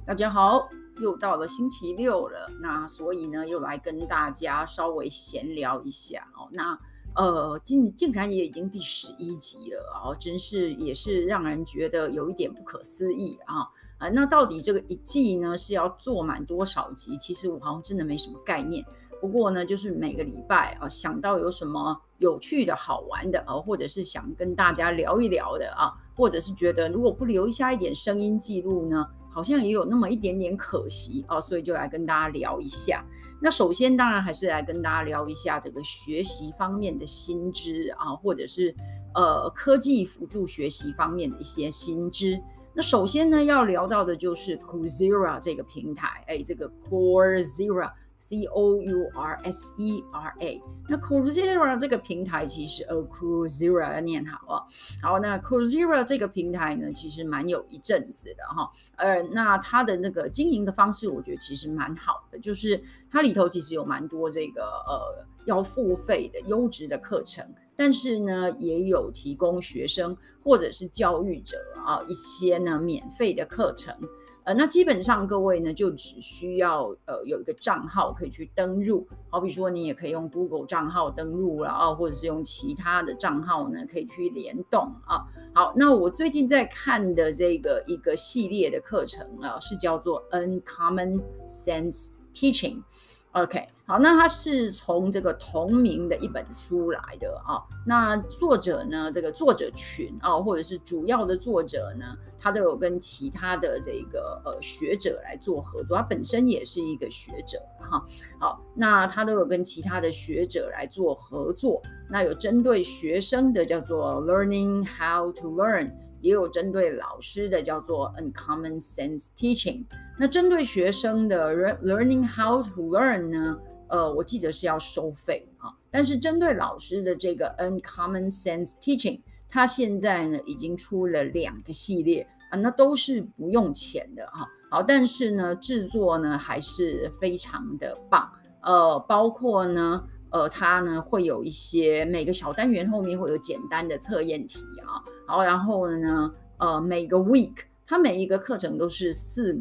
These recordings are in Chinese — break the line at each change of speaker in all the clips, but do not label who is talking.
大家好，又到了星期六了，那所以呢，又来跟大家稍微闲聊一下哦。那竟然也已经第11集了哦，真是也是让人觉得有一点不可思议啊。那到底这个一季呢是要做满多少集？其实我好像真的没什么概念。不过呢，就是每个礼拜啊，想到有什么有趣的好玩的啊，或者是想跟大家聊一聊的啊，或者是觉得如果不留下一点声音记录呢，好像也有那么一点点可惜啊，所以就来跟大家聊一下。那首先当然还是来跟大家聊一下这个学习方面的新知啊，或者是科技辅助学习方面的一些新知。那首先呢，要聊到的就是 Coursera 这个平台，这个 Coursera。Coursera，那 Coursera 这个平台其实Coursera 要念好啊。好，那 Coursera 这个平台呢，其实蛮有一阵子的哈。那它的那个经营的方式，我觉得其实蛮好的，就是它里头其实有蛮多这个要付费的优质的课程，但是呢，也有提供学生或者是教育者啊一些呢免费的课程。那基本上各位呢，就只需要有一个账号可以去登入，好比说你也可以用 Google 账号登入了啊，或者是用其他的账号呢可以去联动啊。好，那我最近在看的这个一个系列的课程啊，是叫做 Uncommon Sense Teaching。OK， 好，那它是从这个同名的一本书来的啊。那作者呢，这个作者群啊，或者是主要的作者呢，他都有跟其他的这个学者来做合作，他本身也是一个学者哈。好，那他都有跟其他的学者来做合作。那有针对学生的叫做 Learning How to Learn， 也有针对老师的叫做 Uncommon Sense Teaching。那针对学生的 Learning How to Learn 呢，我记得是要收费啊。但是针对老师的这个 Uncommon Sense Teaching， 它现在呢已经出了2个系列啊，那都是不用钱的哈。好，但是呢制作呢还是非常的棒，包括呢它呢会有一些每个小单元后面会有简单的测验题啊，好，然后呢每个 week。它每一个课程都是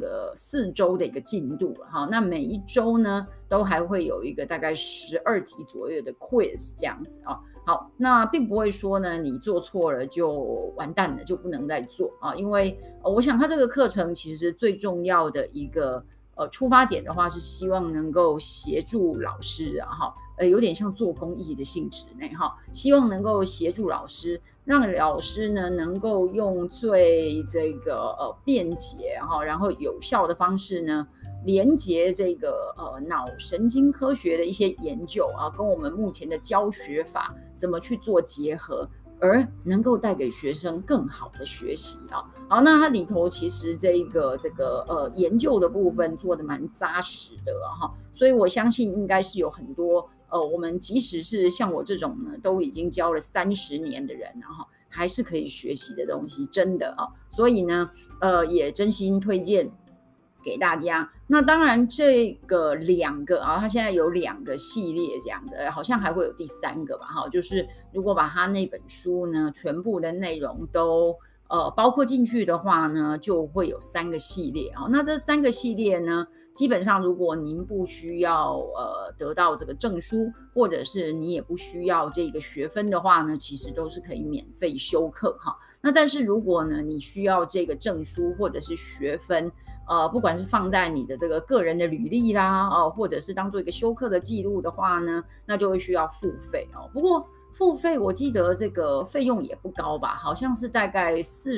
4周的一个进度哈，那每一周呢都还会有一个大概12题左右的 quiz 这样子啊。好，那并不会说呢你做错了就完蛋了，就不能再做啊，因为我想它这个课程其实最重要的一个出发点的话是希望能够协助老师啊哈，有点像做公益的性质呢哈，希望能够协助老师。让老师呢能够用最这个便捷哈，然后有效的方式呢，连接这个脑神经科学的一些研究啊，跟我们目前的教学法怎么去做结合，而能够带给学生更好的学习啊。好，那它里头其实这个研究的部分做得蛮扎实的哈，所以我相信应该是有很多。我们即使是像我这种呢，都已经教了30年的人，然后还是可以学习的东西，真的啊。所以呢，也真心推荐给大家。那当然，这个2个啊，它现在有2个系列这样子，好像还会有第3个吧？哈，就是如果把它那本书呢全部的内容都包括进去的话呢，就会有3个系列啊。那这3个系列呢？基本上，如果您不需要得到这个证书，或者是你也不需要这个学分的话呢，其实都是可以免费修课哈。那但是如果呢你需要这个证书或者是学分，不管是放在你的这个个人的履历啦，或者是当做一个修课的记录的话呢，那就会需要付费哦。不过付费我记得这个费用也不高吧，好像是大概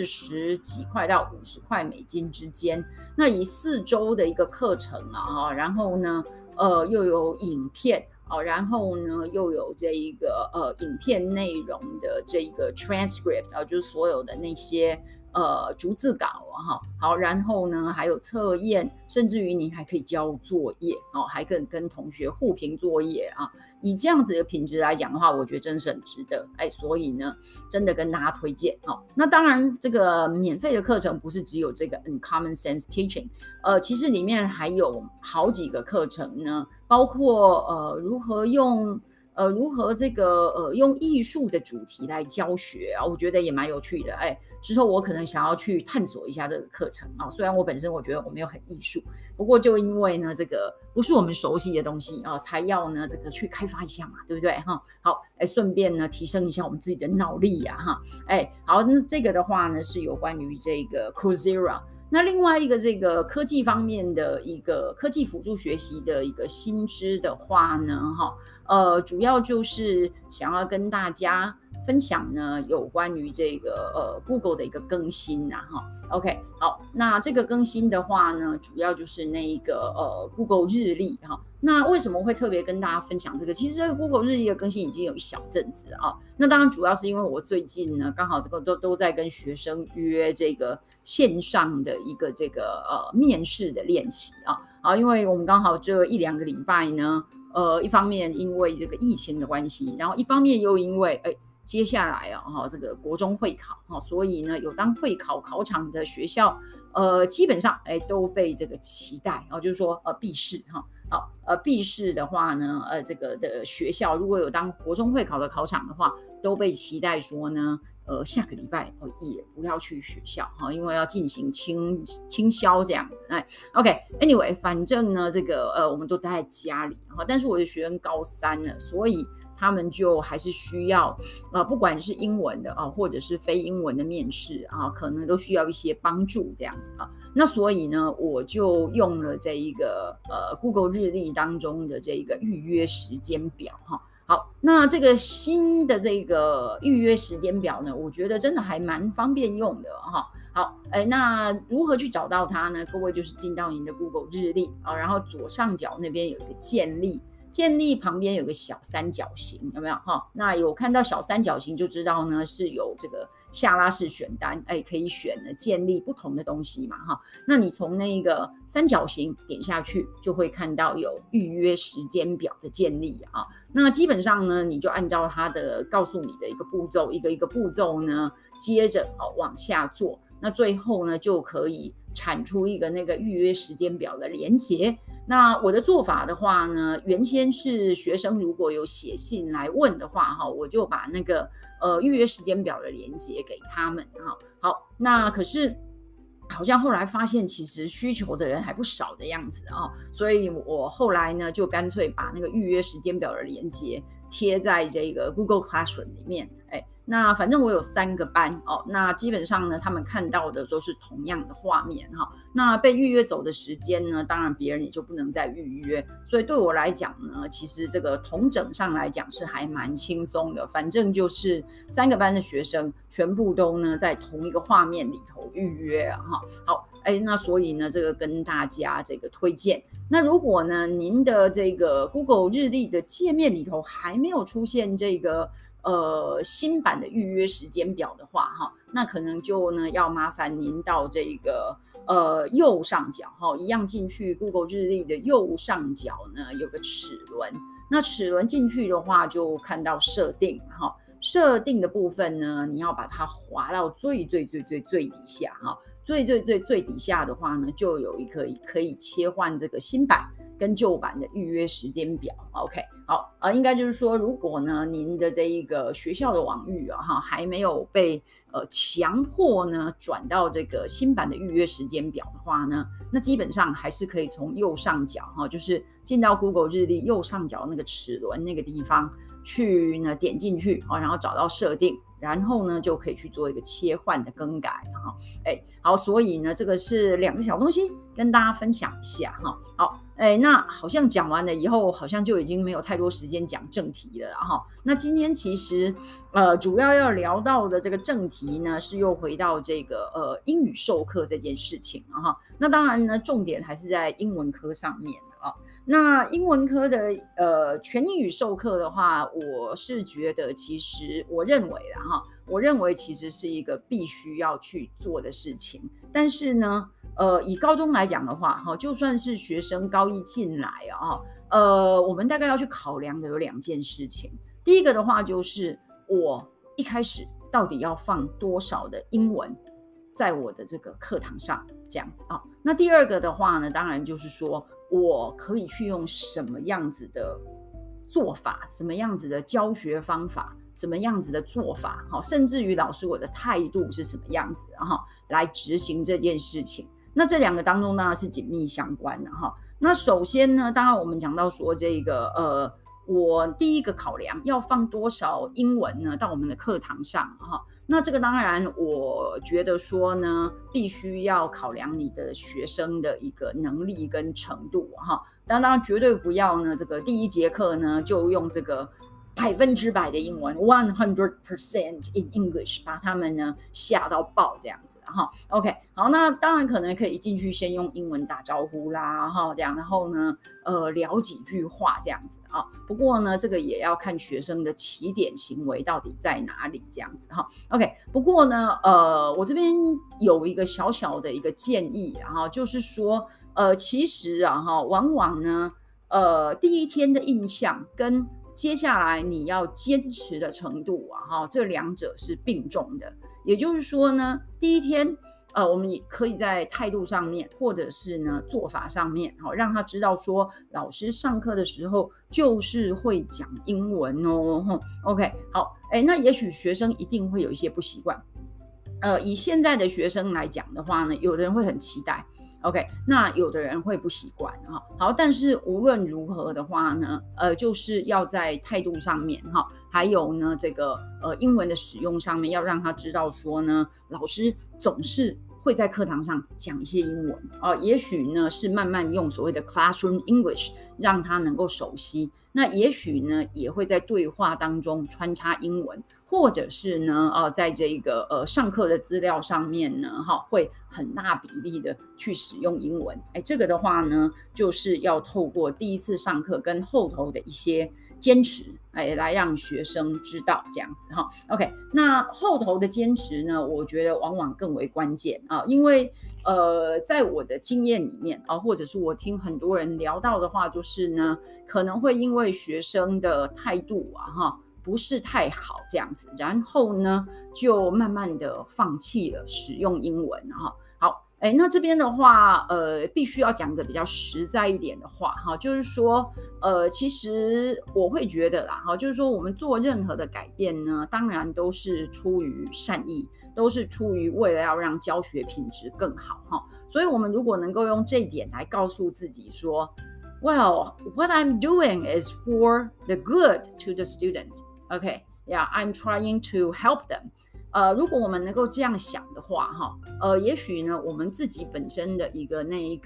40几块到50块美金之间。那以4周的一个课程啊，然后呢，又有影片。然后呢，又有这一个影片内容的这个 transcript 就是所有的那些逐字稿哈。好，然后呢还有测验，甚至于你还可以交作业还可以跟同学互评作业啊。以这样子的品质来讲的话，我觉得真是很值得。所以呢，真的跟大家推荐。那当然，这个免费的课程不是只有这个 Uncommon Sense Teaching，其实里面还有好几个课程呢，包括如何用如何这个用艺术的主题来教学啊，我觉得也蛮有趣的。之后我可能想要去探索一下这个课程啊，虽然我本身我觉得我没有很艺术，不过就因为呢这个不是我们熟悉的东西啊，才要呢这个去开发一下嘛，对不对哈？好，顺便呢提升一下我们自己的脑力呀哈。好，那这个的话呢是有关于这个 Coursera。那另外一个这个科技方面的一个科技辅助学习的一个新知的话呢，主要就是想要跟大家分享呢有关于这个Google 的一个更新啊OK， 好，那这个更新的话呢，主要就是那一个Google 日历哈。那为什么会特别跟大家分享这个？其实这个 Google 日历的更新已经有一小阵子啊。那当然主要是因为我最近呢，刚好这个都在跟学生约这个线上的一个这个面试的练习啊。因为我们刚好这1-2个礼拜呢，一方面因为这个疫情的关系，然后一方面又因为接下来这个国中会考所以呢有当会考考场的学校基本上都被这个期待就是说闭试好，闭试的话呢，这个的学校如果有当国中会考的考场的话，都被期待说呢，下个礼拜也不要去学校因为要进行清消这样子。OK，anyway，反正呢，这个我们都待在家里但是我的学生高3了，所以他们就还是需要不管是英文的或者是非英文的面试可能都需要一些帮助这样子那所以呢，我就用了这一个Google 日历当中的这个预约时间表好，那这个新的这个预约时间表呢，我觉得真的还蛮方便用的好，那如何去找到它呢？各位就是进到您的 Google 日历然后左上角那边有一个建立旁边有个小三角形，有没有那有看到小三角形就知道呢是有这个下拉式选单，可以选呢建立不同的东西嘛那你从那个三角形点下去，就会看到有预约时间表的建立那基本上呢，你就按照它的告诉你的一个步骤，一个一个步骤呢，接着往下做，那最后呢就可以产出一个那个预约时间表的连结。那我的做法的话呢，原先是学生如果有写信来问的话我就把那个预约时间表的连结给他们好，那可是好像后来发现其实需求的人还不少的样子所以我后来呢就干脆把那个预约时间表的连结贴在这个 Google Classroom 里面那反正我有3个班那基本上呢他们看到的都是同样的画面那被预约走的时间呢，当然别人也就不能再预约，所以对我来讲呢，其实这个统整上来讲是还蛮轻松的，反正就是3个班的学生全部都呢在同一个画面里头预约好，那所以呢这个跟大家这个推荐。那如果呢您的这个 Google 日历的界面里头还没有出现这个新版的预约时间表的话那可能就呢要麻烦您到这个右上角一样进去 Google 日历的右上角呢有个齿轮，那齿轮进去的话就看到设定设定的部分呢，你要把它滑到最底下最底下的话呢，就有一个可以切换这个新版跟旧版的预约时间表。OK， 好，应该就是说，如果呢您的这一个学校的网域还没有被强迫呢转到这个新版的预约时间表的话呢，那基本上还是可以从右上角就是进到 Google 日历右上角那个齿轮那个地方去呢点进去然后找到设定。然后呢就可以去做一个切换的更改好，所以呢这个是2个小东西跟大家分享一下好，那好像讲完了以后，好像就已经没有太多时间讲正题了那今天其实主要聊到的这个正题呢，是又回到这个英语授课这件事情那当然呢，重点还是在英文科上面那英文科的全英语授课的话，我是觉得其实我认为其实是一个必须要去做的事情。但是呢以高中来讲的话就算是学生高1进来我们大概要去考量的有2件事情。第一个的话就是我一开始到底要放多少的英文在我的这个课堂上这样子那第二个的话呢，当然就是说我可以去用什么样子的做法，什么样子的教学方法，怎么样子的做法，甚至于老师我的态度是什么样子的来执行这件事情。那这两个当中当然是紧密相关的那首先呢，当然我们讲到说这个我第一个考量要放多少英文呢到我们的课堂上那这个当然我觉得说呢，必须要考量你的学生的一个能力跟程度当然绝对不要呢这个第一节课呢就用这个100%的英文 100% in English 把他们呢吓到爆这样子OK， 好，那当然可能可以进去先用英文打招呼啦这样，然后呢聊几句话这样子不过呢这个也要看学生的起点行为到底在哪里这样子OK， 不过呢我这边有一个小小的一个建议就是说其实往往呢第一天的印象跟接下来你要坚持的程度这两者是并重的。也就是说呢，第一天我们也可以在态度上面或者是呢做法上面让他知道说老师上课的时候就是会讲英文OK， 好，那也许学生一定会有一些不习惯。以现在的学生来讲的话呢，有的人会很期待OK， 那有的人会不习惯好，但是无论如何的话呢就是要在态度上面还有呢这个英文的使用上面要让他知道说呢，老师总是会在课堂上讲一些英文也许呢是慢慢用所谓的 classroom English 让他能够熟悉，那也许呢也会在对话当中穿插英文，或者是呢在这个上课的资料上面呢会很大比例的去使用英文。这个的话呢就是要透过第一次上课跟后头的一些坚持来让学生知道这样子OK， 那后头的坚持呢我觉得往往更为关键因为在我的经验里面或者是我听很多人聊到的话，就是呢可能会因为学生的态度不是太好这样子，然后呢就慢慢的放弃了使用英文好，那这边的话必须要讲个比较实在一点的话就是说其实我会觉得啦就是说我们做任何的改变呢，当然都是出于善意，都是出于为了要让教学品质更好所以我们如果能够用这一点来告诉自己说 Well, what I'm doing is for the good to the student. Okay, yeah, I'm trying to help them. 如果我们能够这样想的话也许呢我们自己本身的一个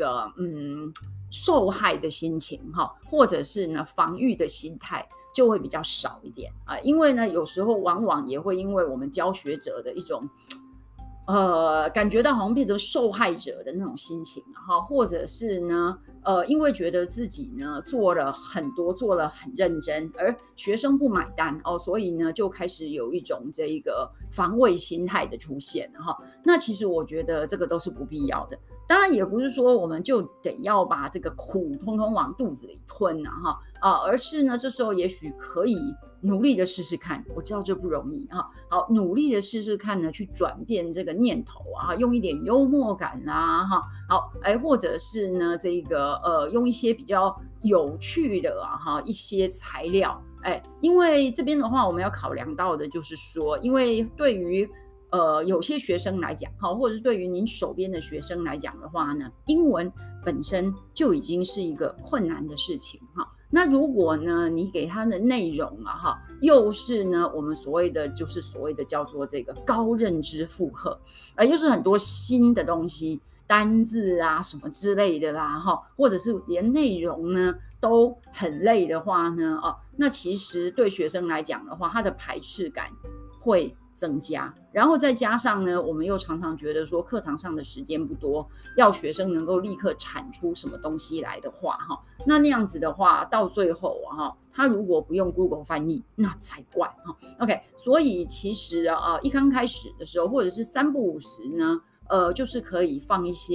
受害的心情或者是呢防御的心态就会比较少一点因为呢有时候往往也会因为我们教学者的一种感觉到好像变成受害者的那种心情或者是呢因为觉得自己呢做了很多，做了很认真，而学生不买单所以呢就开始有一种这个防卫心态的出现那其实我觉得这个都是不必要的。当然也不是说我们就得要把这个苦通通往肚子里吞而是呢这时候也许可以努力的试试看，我知道这不容易好，努力的试试看呢去转变这个念头用一点幽默感啦好或者是呢这个用一些比较有趣的一些材料因为这边的话我们要考量到的就是说，因为对于有些学生来讲或者是对于您手边的学生来讲的话呢，英文本身就已经是一个困难的事情那如果呢你给他的内容又是呢我们所谓的叫做这个高认知负荷又是很多新的东西，单字什么之类的啦或者是连内容呢都很累的话呢那其实对学生来讲的话，他的排斥感会增加，然后再加上呢我们又常常觉得说课堂上的时间不多，要学生能够立刻产出什么东西来的话那样子的话到最后他如果不用 Google 翻译那才怪OK， 所以其实一刚开始的时候或者是3不5时呢就是可以放一些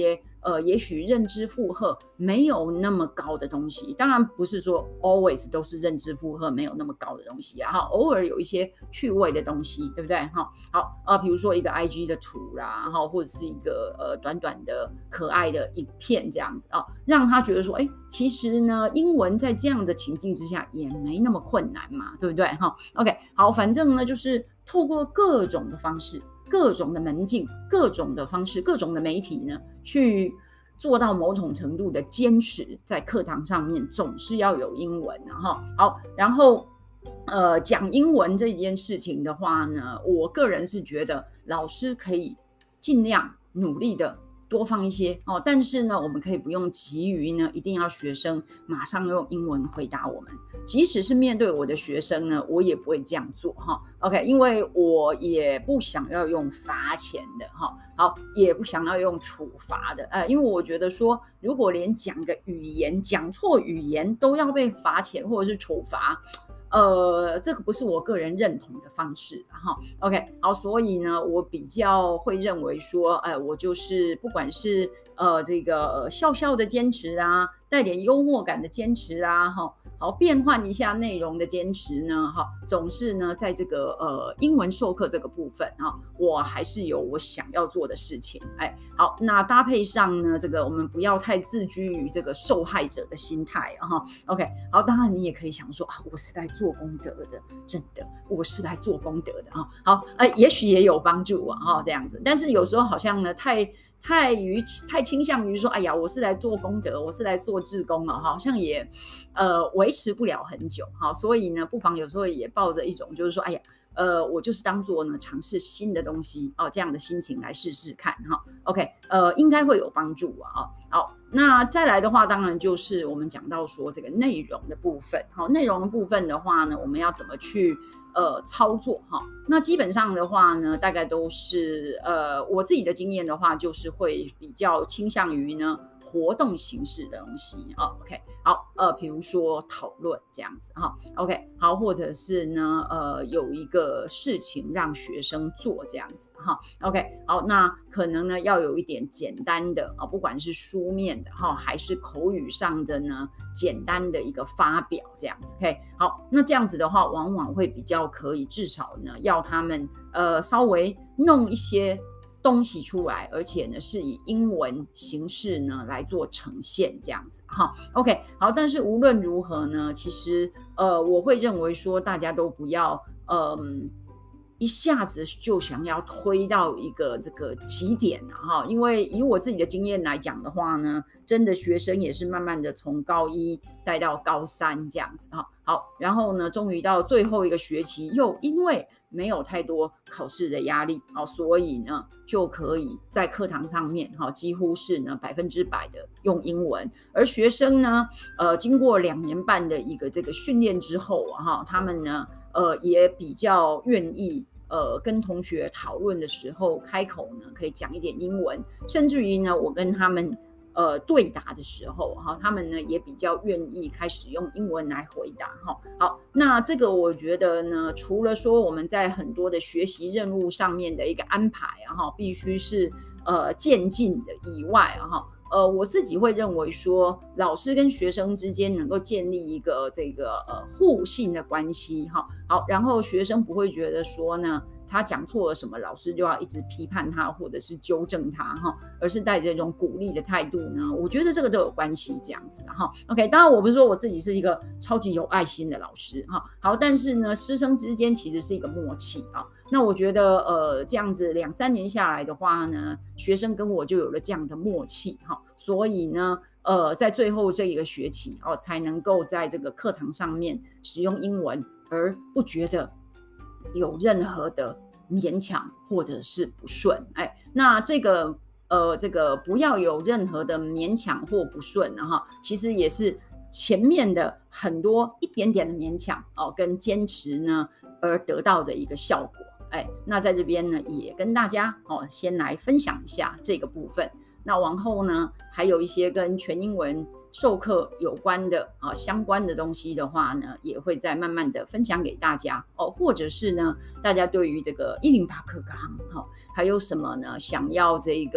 也许认知负荷没有那么高的东西。当然不是说 always 都是认知负荷没有那么高的东西啊，偶尔有一些趣味的东西，对不对？好，比如说一个 IG 的图啦，或者是一个短短的可爱的影片这样子啊，让他觉得说，其实呢，英文在这样的情境之下也没那么困难嘛，对不对？OK， 好，反正呢就是透过各种的方式、各种的门径、各种的方式、各种的媒体呢，去做到某种程度的坚持，在课堂上面总是要有英文好，然后讲英文这件事情的话呢，我个人是觉得老师可以尽量努力的多放一些但是呢，我们可以不用急于呢，一定要学生马上用英文回答我们。即使是面对我的学生呢，我也不会这样做OK， 因为我也不想要用罚钱的好，也不想要用处罚的因为我觉得说，如果连讲个语言讲错语言都要被罚钱或者是处罚，这个不是我个人认同的方式OK， 好，所以呢，我比较会认为说，我就是不管是这个笑笑的坚持啊，带点幽默感的坚持啊，好，变换一下内容的坚持呢，总是呢，在这个英文授课这个部分我还是有我想要做的事情。好，那搭配上呢，这个我们不要太自居于这个受害者的心态OK， 好，当然你也可以想说我是来做功德的，真的，我是来做功德的好，也许也有帮助这样子，但是有时候好像呢，太倾向于说，哎呀，我是来做功德，我是来做志工了好像也维持不了很久所以呢，不妨有时候也抱着一种就是说，哎呀，我就是当做呢尝试新的东西这样的心情来试试看OK， 应该会有帮助好，那再来的话，当然就是我们讲到说这个内容的部分内容的部分的话呢，我们要怎么去操作那基本上的话呢，大概都是我自己的经验的话，就是会比较倾向于呢活动形式的东西OK， 好，比如说讨论这样子OK， 好，或者是呢有一个事情让学生做这样子OK， 好，那可能呢要有一点简单的不管是书面的还是口语上的呢简单的一个发表这样子 OK， 好，那这样子的话往往会比较可以至少呢要他们稍微弄一些东西出来，而且呢是以英文形式呢来做呈现这样子OK， 好，但是无论如何呢，其实我会认为说大家都不要一下子就想要推到一个这个极点因为以我自己的经验来讲的话呢，真的学生也是慢慢的从高一带到高三这样子好，然后呢终于到最后一个学期，又因为没有太多考试的压力所以呢就可以在课堂上面几乎是呢100%的用英文，而学生呢经过2年半的一个这个训练之后他们呢也比较愿意跟同学讨论的时候开口呢可以讲一点英文，甚至于呢我跟他们对答的时候他们呢也比较愿意开始用英文来回答好，那这个我觉得呢，除了说我们在很多的学习任务上面的一个安排必须是渐进的以外我自己会认为说，老师跟学生之间能够建立一个这个互信的关系好，然后学生不会觉得说呢他讲错了什么，老师就要一直批判他或者是纠正他而是带着一种鼓励的态度呢，我觉得这个都有关系这样子OK， 当然我不是说我自己是一个超级有爱心的老师好，但是呢师生之间其实是一个默契那我觉得这样子2-3年下来的话呢，学生跟我就有了这样的默契所以呢在最后这一个学期才能够在这个课堂上面使用英文，而不觉得有任何的勉强或者是不顺那这个不要有任何的勉强或不顺其实也是前面的很多一点点的勉强跟坚持呢而得到的一个效果那在这边呢也跟大家先来分享一下这个部分，那往后呢还有一些跟全英文授课有关的相关的东西的话呢，也会再慢慢的分享给大家或者是呢大家对于这个108课纲还有什么呢想要这个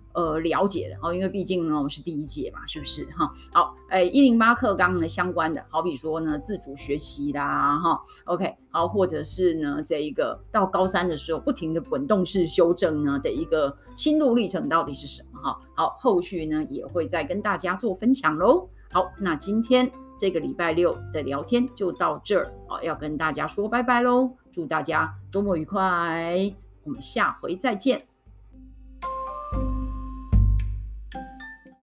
了解的哦，因为毕竟呢我们是第一届嘛，是不是哈？好，108课纲呢相关的，好比说呢自主学习啦哈 ，OK， 好，或者是呢这一个到高3的时候不停的滚动式修正呢的一个心路历程到底是什么哈？好，后续呢也会再跟大家做分享咯。好，那今天这个礼拜六的聊天就到这儿哦，要跟大家说拜拜咯，祝大家周末愉快，我们下回再见。